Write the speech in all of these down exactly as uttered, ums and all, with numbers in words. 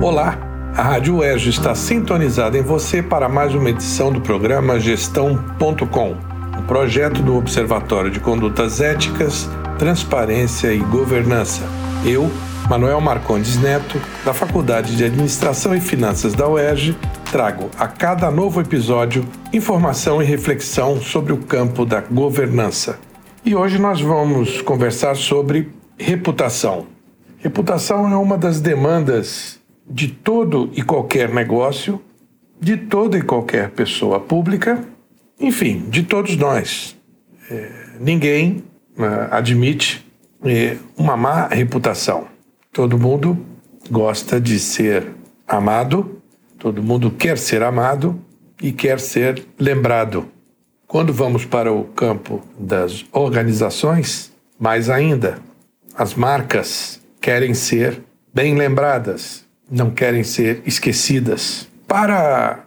Olá, a Rádio U E R J está sintonizada em você para mais uma edição do programa Gestão ponto com, um projeto do Observatório de Condutas Éticas, Transparência e Governança. Eu, Manuel Marcondes Neto, da Faculdade de Administração e Finanças da U E R J, trago a cada novo episódio informação e reflexão sobre o campo da governança. E hoje nós vamos conversar sobre reputação. Reputação é uma das demandas de todo e qualquer negócio, de toda e qualquer pessoa pública, enfim, de todos nós. É, ninguém é, admite é, uma má reputação. Todo mundo gosta de ser amado, todo mundo quer ser amado e quer ser lembrado. Quando vamos para o campo das organizações, mais ainda, as marcas querem ser bem lembradas, não querem ser esquecidas. Para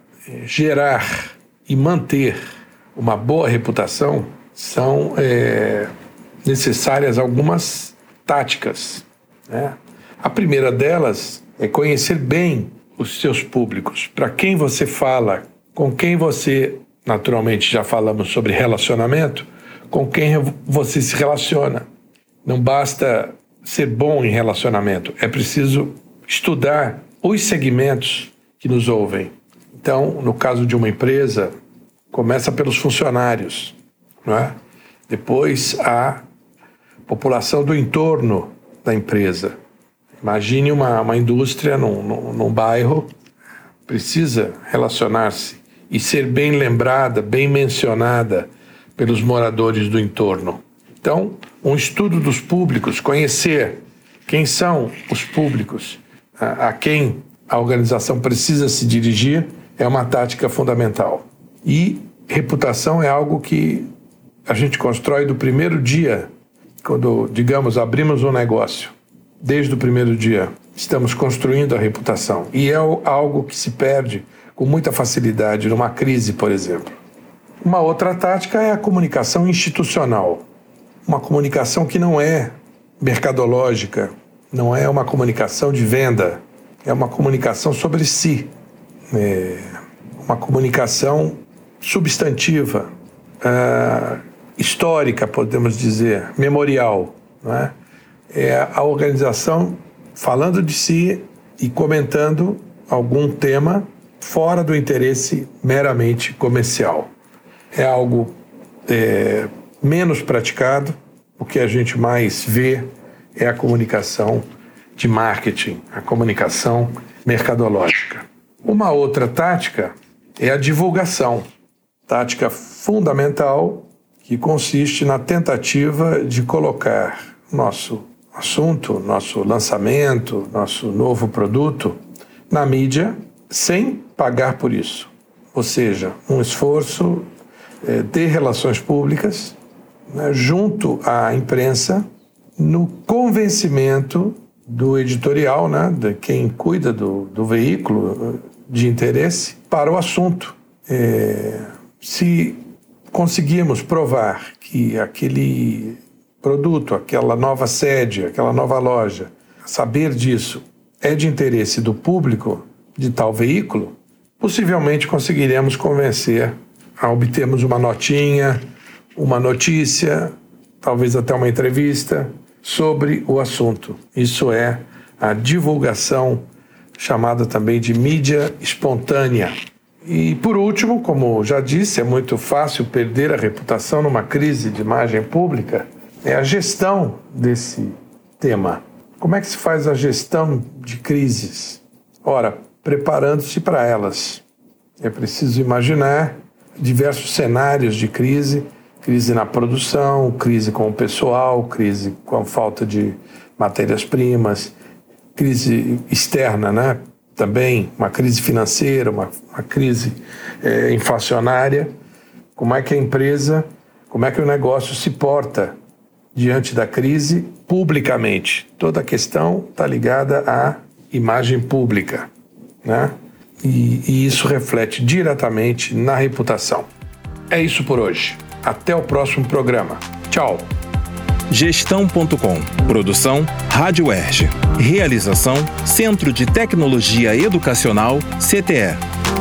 gerar e manter uma boa reputação, são é, necessárias algumas táticas, né? A primeira delas é conhecer bem os seus públicos, para quem você fala, com quem você, naturalmente já falamos sobre relacionamento, com quem você se relaciona. Não basta ser bom em relacionamento, é preciso estudar os segmentos que nos ouvem. Então, no caso de uma empresa, começa pelos funcionários, não é? Depois a população do entorno da empresa. Imagine uma, uma indústria num, num, num bairro, precisa relacionar-se e ser bem lembrada, bem mencionada pelos moradores do entorno. Então, um estudo dos públicos, conhecer quem são os públicos, a quem a organização precisa se dirigir, é uma tática fundamental. E reputação é algo que a gente constrói do primeiro dia, quando, digamos, abrimos um negócio. Desde o primeiro dia, estamos construindo a reputação. E é algo que se perde com muita facilidade numa crise, por exemplo. Uma outra tática é a comunicação institucional. Uma comunicação que não é mercadológica, não é uma comunicação de venda, é uma comunicação sobre si, é uma comunicação substantiva, é, histórica, podemos dizer, memorial, não é? É a organização falando de si e comentando algum tema fora do interesse meramente comercial. É algo é, menos praticado, o que a gente mais vê é a comunicação de marketing, a comunicação mercadológica. Uma outra tática é a divulgação, tática fundamental que consiste na tentativa de colocar nosso assunto, nosso lançamento, nosso novo produto na mídia sem pagar por isso. Ou seja, um esforço é, de relações públicas, né, junto à imprensa, no convencimento do editorial, né, de quem cuida do, do veículo de interesse, para o assunto. É, se conseguirmos provar que aquele produto, aquela nova sede, aquela nova loja, saber disso é de interesse do público de tal veículo, possivelmente conseguiremos convencer a obtermos uma notinha, uma notícia, talvez até uma entrevista sobre o assunto. Isso é a divulgação, chamada também de mídia espontânea. E, por último, como já disse, é muito fácil perder a reputação numa crise de imagem pública, é a gestão desse tema. Como é que se faz a gestão de crises? Ora, preparando-se para elas. É preciso imaginar diversos cenários de crise, crise na produção, crise com o pessoal, crise com a falta de matérias-primas, crise externa, né? Também uma crise financeira, uma, uma crise é, inflacionária. Como é que a empresa, como é que o negócio se porta diante da crise publicamente? Toda a questão está ligada à imagem pública, né? E, e isso reflete diretamente na reputação. É isso por hoje. Até o próximo programa. Tchau! gestão ponto com. Produção Rádio UERJ. Realização Centro de Tecnologia Educacional, C T E.